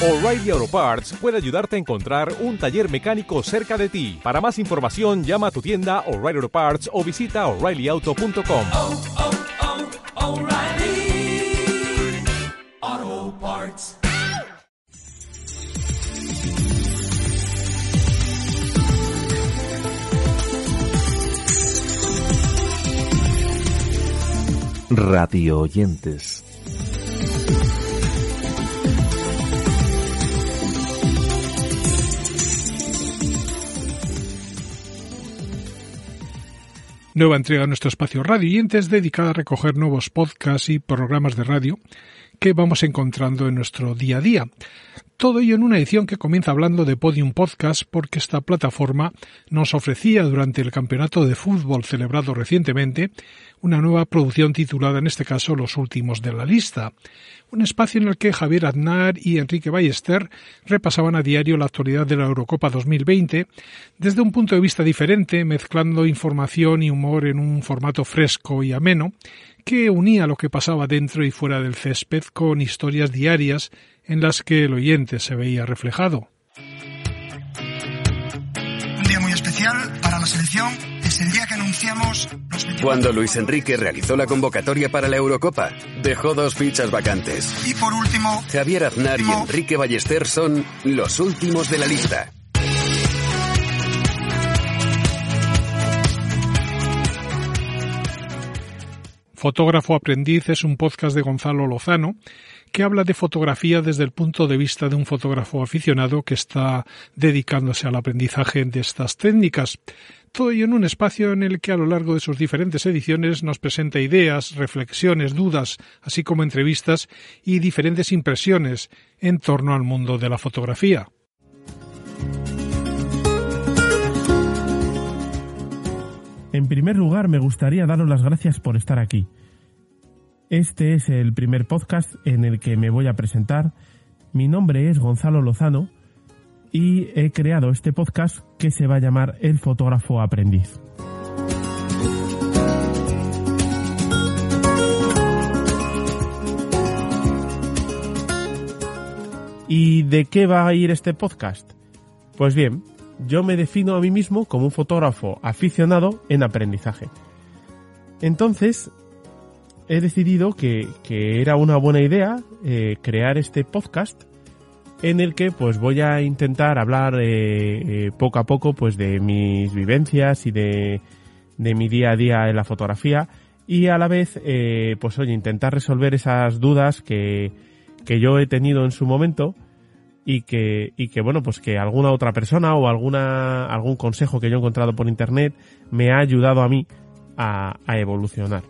O'Reilly Auto Parts puede ayudarte a encontrar un taller mecánico cerca de ti. Para más información, llama a tu tienda O'Reilly Auto Parts o visita O'ReillyAuto.com. O'Reilly Auto Parts. Radio oyentes. Nueva entrega de nuestro espacio Radio Oyentes dedicada a recoger nuevos podcasts y programas de radio que vamos encontrando en nuestro día a día. Todo ello en una edición que comienza hablando de Podium Podcast porque esta plataforma nos ofrecía durante el campeonato de fútbol celebrado recientemente una nueva producción titulada en este caso Los Últimos de la Lista. Un espacio en el que Javier Aznar y Enrique Ballester repasaban a diario la actualidad de la Eurocopa 2020 desde un punto de vista diferente, mezclando información y humor en un formato fresco y ameno que unía lo que pasaba dentro y fuera del césped con historias diarias en las que el oyente se veía reflejado. Un día muy especial para la selección es el día que anunciamos los 24... Cuando Luis Enrique realizó la convocatoria para la Eurocopa, dejó 2 fichas vacantes. Y por último... Javier Aznar y Enrique Ballester son los últimos de la lista. Fotógrafo Aprendiz es un podcast de Gonzalo Lozano que habla de fotografía desde el punto de vista de un fotógrafo aficionado que está dedicándose al aprendizaje de estas técnicas. Todo ello en un espacio en el que a lo largo de sus diferentes ediciones nos presenta ideas, reflexiones, dudas, así como entrevistas y diferentes impresiones en torno al mundo de la fotografía. En primer lugar, me gustaría daros las gracias por estar aquí. Este es el primer podcast en el que me voy a presentar. Mi nombre es Gonzalo Lozano y he creado este podcast que se va a llamar El Fotógrafo Aprendiz. ¿Y de qué va a ir este podcast? Pues bien, yo me defino a mí mismo como un fotógrafo aficionado en aprendizaje. Entonces, he decidido que era una buena idea crear este podcast en el que pues voy a intentar hablar poco a poco pues de mis vivencias y de mi día a día en la fotografía y a la vez pues oye, intentar resolver esas dudas que yo he tenido en su momento y que bueno, pues que alguna otra persona o algún consejo que yo he encontrado por internet me ha ayudado a mí a evolucionar.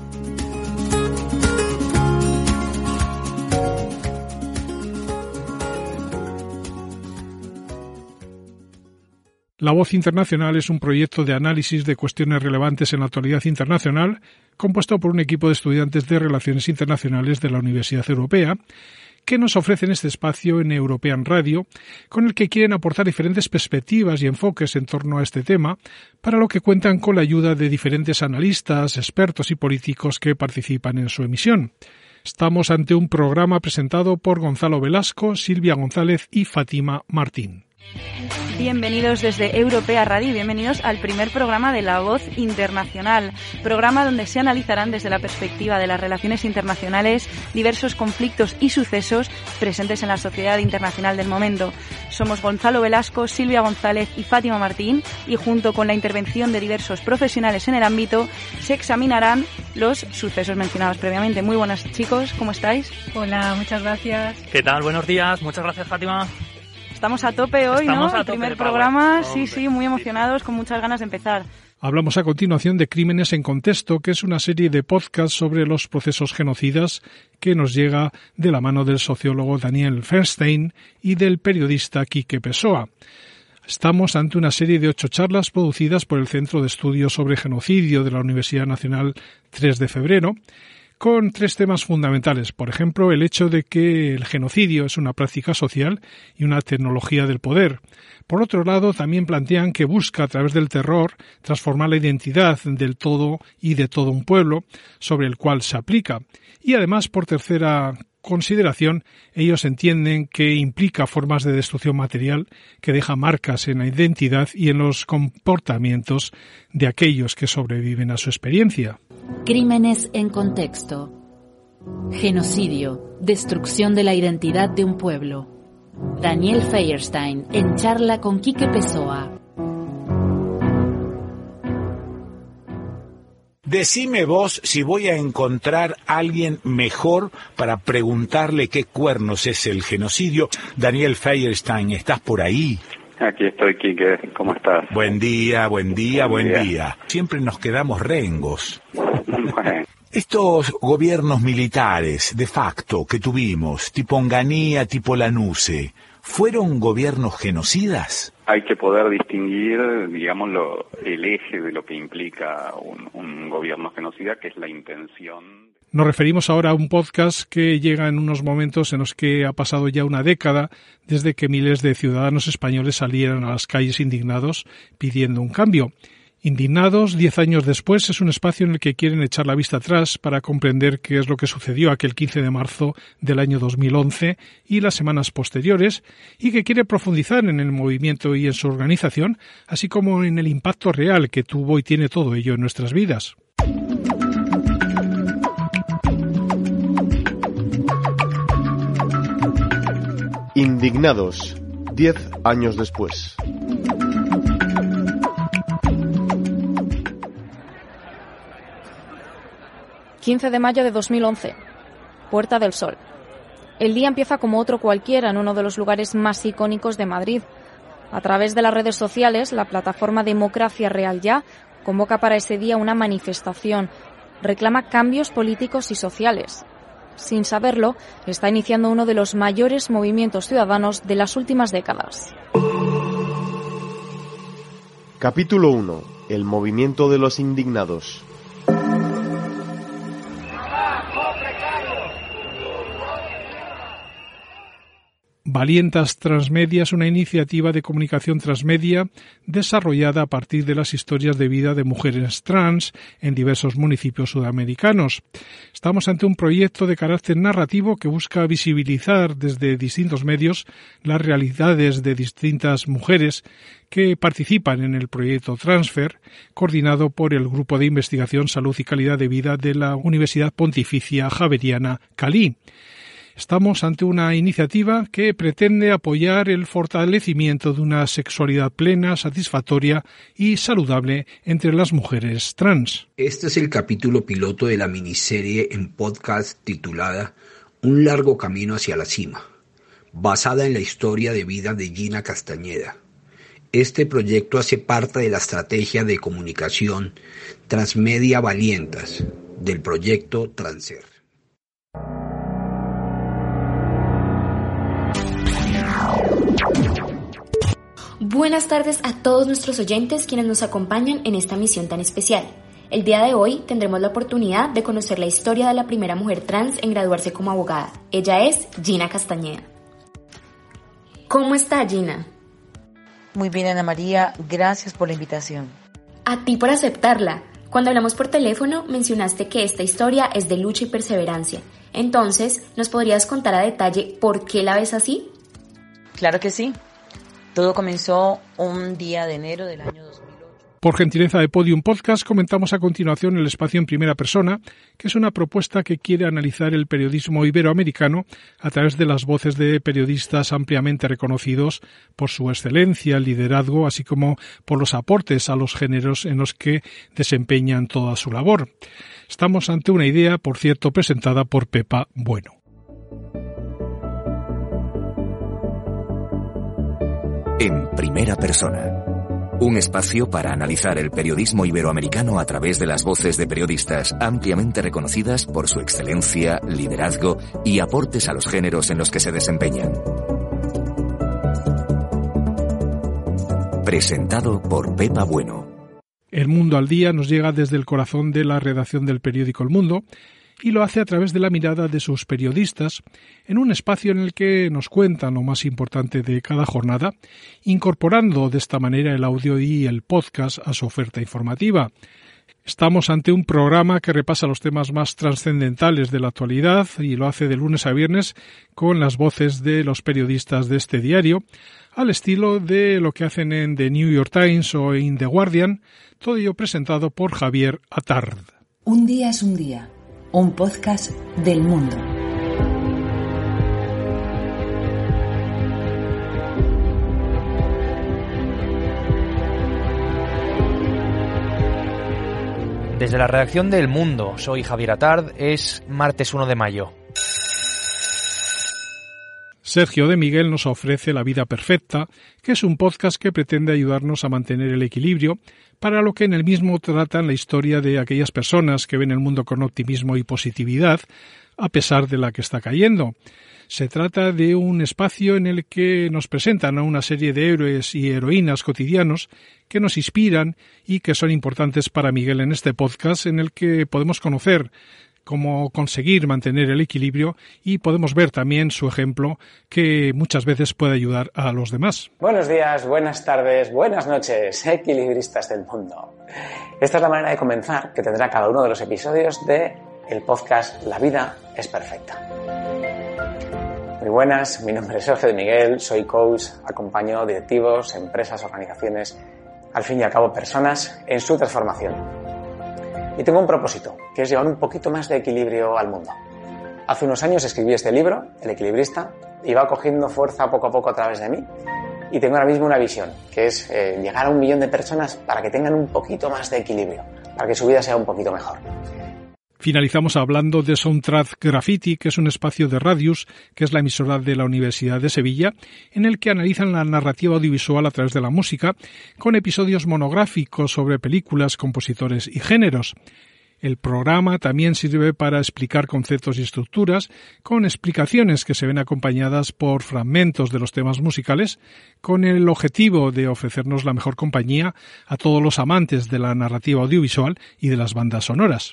La Voz Internacional es un proyecto de análisis de cuestiones relevantes en la actualidad internacional, compuesto por un equipo de estudiantes de Relaciones Internacionales de la Universidad Europea, que nos ofrecen este espacio en European Radio, con el que quieren aportar diferentes perspectivas y enfoques en torno a este tema, para lo que cuentan con la ayuda de diferentes analistas, expertos y políticos que participan en su emisión. Estamos ante un programa presentado por Gonzalo Velasco, Silvia González y Fátima Martín. Bienvenidos desde Europea Radio, bienvenidos al primer programa de La Voz Internacional, programa donde se analizarán desde la perspectiva de las relaciones internacionales diversos conflictos y sucesos presentes en la sociedad internacional del momento. Somos Gonzalo Velasco, Silvia González y Fátima Martín y junto con la intervención de diversos profesionales en el ámbito se examinarán los sucesos mencionados previamente. Muy buenas chicos, ¿cómo estáis? Hola, muchas gracias. ¿Qué tal? Buenos días, muchas gracias Fátima. Estamos a tope hoy, Estamos ¿no? a El tope primer de programa, power. sí, muy emocionados, con muchas ganas de empezar. Hablamos a continuación de Crímenes en Contexto, que es una serie de podcasts sobre los procesos genocidas que nos llega de la mano del sociólogo Daniel Fernstein y del periodista Quique Pessoa. Estamos ante una serie de 8 charlas producidas por el Centro de Estudios sobre Genocidio de la Universidad Nacional 3 de Febrero, con 3 temas fundamentales. Por ejemplo, el hecho de que el genocidio es una práctica social y una tecnología del poder. Por otro lado, también plantean que busca, a través del terror, transformar la identidad del todo y de todo un pueblo sobre el cual se aplica. Y además, por tercera consideración, ellos entienden que implica formas de destrucción material que deja marcas en la identidad y en los comportamientos de aquellos que sobreviven a su experiencia. Crímenes en contexto. Genocidio, destrucción de la identidad de un pueblo. Daniel Feierstein en charla con Quique Pessoa. Decime vos si voy a encontrar a alguien mejor para preguntarle qué cuernos es el genocidio. Daniel Feierstein, ¿estás por ahí? Aquí estoy, Quique. ¿Cómo estás? Buen día. Siempre nos quedamos rengos. Bueno. Estos gobiernos militares, de facto, que tuvimos, tipo Onganía, tipo Lanuse, ¿fueron gobiernos genocidas? Hay que poder distinguir, digamos, el eje de lo que implica un gobierno genocida, que es la intención. Nos referimos ahora a un podcast que llega en unos momentos en los que ha pasado ya una década desde que miles de ciudadanos españoles salieran a las calles indignados pidiendo un cambio. Indignados, 10 años después, es un espacio en el que quieren echar la vista atrás para comprender qué es lo que sucedió aquel 15 de marzo del año 2011 y las semanas posteriores, y que quiere profundizar en el movimiento y en su organización, así como en el impacto real que tuvo y tiene todo ello en nuestras vidas. Indignados, 10 años después. ...15 de mayo de 2011... Puerta del Sol. El día empieza como otro cualquiera en uno de los lugares más icónicos de Madrid. A través de las redes sociales, la plataforma Democracia Real Ya convoca para ese día una manifestación. Reclama cambios políticos y sociales. Sin saberlo, está iniciando uno de los mayores movimientos ciudadanos de las últimas décadas. Capítulo 1. El movimiento de los indignados. Valientas Transmedia es una iniciativa de comunicación transmedia desarrollada a partir de las historias de vida de mujeres trans en diversos municipios sudamericanos. Estamos ante un proyecto de carácter narrativo que busca visibilizar desde distintos medios las realidades de distintas mujeres que participan en el proyecto Transfer, coordinado por el Grupo de Investigación Salud y Calidad de Vida de la Universidad Pontificia Javeriana Cali. Estamos ante una iniciativa que pretende apoyar el fortalecimiento de una sexualidad plena, satisfactoria y saludable entre las mujeres trans. Este es el capítulo piloto de la miniserie en podcast titulada Un largo camino hacia la cima, basada en la historia de vida de Gina Castañeda. Este proyecto hace parte de la estrategia de comunicación Transmedia Valientas del proyecto Transfer. Buenas tardes a todos nuestros oyentes quienes nos acompañan en esta misión tan especial. El día de hoy tendremos la oportunidad de conocer la historia de la primera mujer trans en graduarse como abogada. Ella es Gina Castañeda. ¿Cómo está, Gina? Muy bien, Ana María, gracias por la invitación. A ti por aceptarla. Cuando hablamos por teléfono mencionaste que esta historia es de lucha y perseverancia. Entonces, ¿nos podrías contar a detalle por qué la ves así? Claro que sí. Todo comenzó un día de enero del año 2008. Por gentileza de Podium Podcast comentamos a continuación el espacio en primera persona, que es una propuesta que quiere analizar el periodismo iberoamericano a través de las voces de periodistas ampliamente reconocidos por su excelencia, liderazgo, así como por los aportes a los géneros en los que desempeñan toda su labor. Estamos ante una idea, por cierto, presentada por Pepa Bueno. En primera persona. Un espacio para analizar el periodismo iberoamericano a través de las voces de periodistas ampliamente reconocidas por su excelencia, liderazgo y aportes a los géneros en los que se desempeñan. Presentado por Pepa Bueno. El Mundo al Día nos llega desde el corazón de la redacción del periódico El Mundo y lo hace a través de la mirada de sus periodistas en un espacio en el que nos cuentan lo más importante de cada jornada, incorporando de esta manera el audio y el podcast a su oferta informativa. Estamos ante un programa que repasa los temas más trascendentales de la actualidad y lo hace de lunes a viernes con las voces de los periodistas de este diario, al estilo de lo que hacen en The New York Times o en The Guardian, todo ello presentado por Javier Attard. Un día es un día, un podcast del mundo. Desde la redacción de El Mundo, soy Javier Attard, es martes 1 de mayo. Sergio de Miguel nos ofrece La Vida Perfecta, que es un podcast que pretende ayudarnos a mantener el equilibrio, para lo que en el mismo tratan la historia de aquellas personas que ven el mundo con optimismo y positividad, a pesar de la que está cayendo. Se trata de un espacio en el que nos presentan a una serie de héroes y heroínas cotidianos que nos inspiran y que son importantes para Miguel en este podcast, en el que podemos conocer cómo conseguir mantener el equilibrio y podemos ver también su ejemplo que muchas veces puede ayudar a los demás. Buenos días, buenas tardes, buenas noches, equilibristas del mundo. Esta es la manera de comenzar que tendrá cada uno de los episodios de el podcast La Vida es Perfecta. Muy buenas, mi nombre es Sergio de Miguel, soy coach, acompaño directivos, empresas, organizaciones, al fin y al cabo personas en su transformación. Y tengo un propósito, que es llevar un poquito más de equilibrio al mundo. Hace unos años escribí este libro, El Equilibrista, y va cogiendo fuerza poco a poco a través de mí. Y tengo ahora mismo una visión, que es llegar a 1 millón de personas para que tengan un poquito más de equilibrio, para que su vida sea un poquito mejor. Finalizamos hablando de Soundtrack Graffiti, que es un espacio de Radius, que es la emisora de la Universidad de Sevilla, en el que analizan la narrativa audiovisual a través de la música, con episodios monográficos sobre películas, compositores y géneros. El programa también sirve para explicar conceptos y estructuras, con explicaciones que se ven acompañadas por fragmentos de los temas musicales, con el objetivo de ofrecernos la mejor compañía a todos los amantes de la narrativa audiovisual y de las bandas sonoras.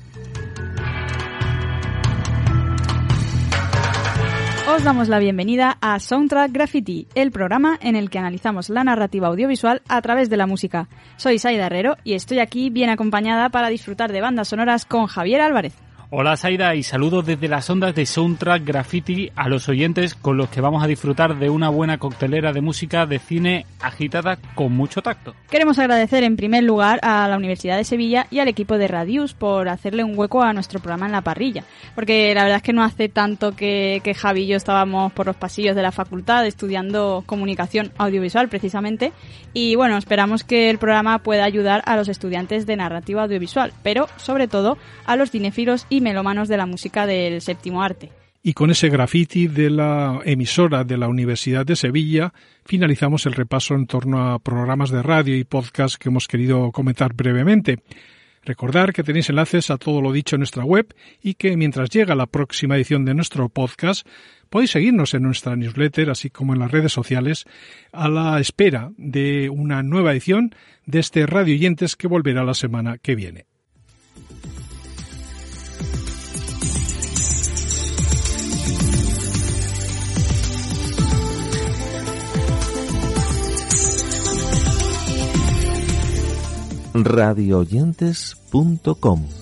Os damos la bienvenida a Soundtrack Graffiti, el programa en el que analizamos la narrativa audiovisual a través de la música. Soy Saida Herrero y estoy aquí bien acompañada para disfrutar de bandas sonoras con Javier Álvarez. Hola Saida y saludos desde las ondas de Soundtrack Graffiti a los oyentes con los que vamos a disfrutar de una buena coctelera de música de cine agitada con mucho tacto. Queremos agradecer en primer lugar a la Universidad de Sevilla y al equipo de Radius por hacerle un hueco a nuestro programa en la parrilla, porque la verdad es que no hace tanto que Javi y yo estábamos por los pasillos de la facultad estudiando comunicación audiovisual precisamente, y bueno, esperamos que el programa pueda ayudar a los estudiantes de narrativa audiovisual, pero sobre todo a los cinéfilos y melómanos de la música del séptimo arte. Y con ese graffiti de la emisora de la Universidad de Sevilla finalizamos el repaso en torno a programas de radio y podcast que hemos querido comentar brevemente. Recordar que tenéis enlaces a todo lo dicho en nuestra web y que mientras llega la próxima edición de nuestro podcast podéis seguirnos en nuestra newsletter así como en las redes sociales a la espera de una nueva edición de este Radio Oyentes que volverá la semana que viene. radioyentes.com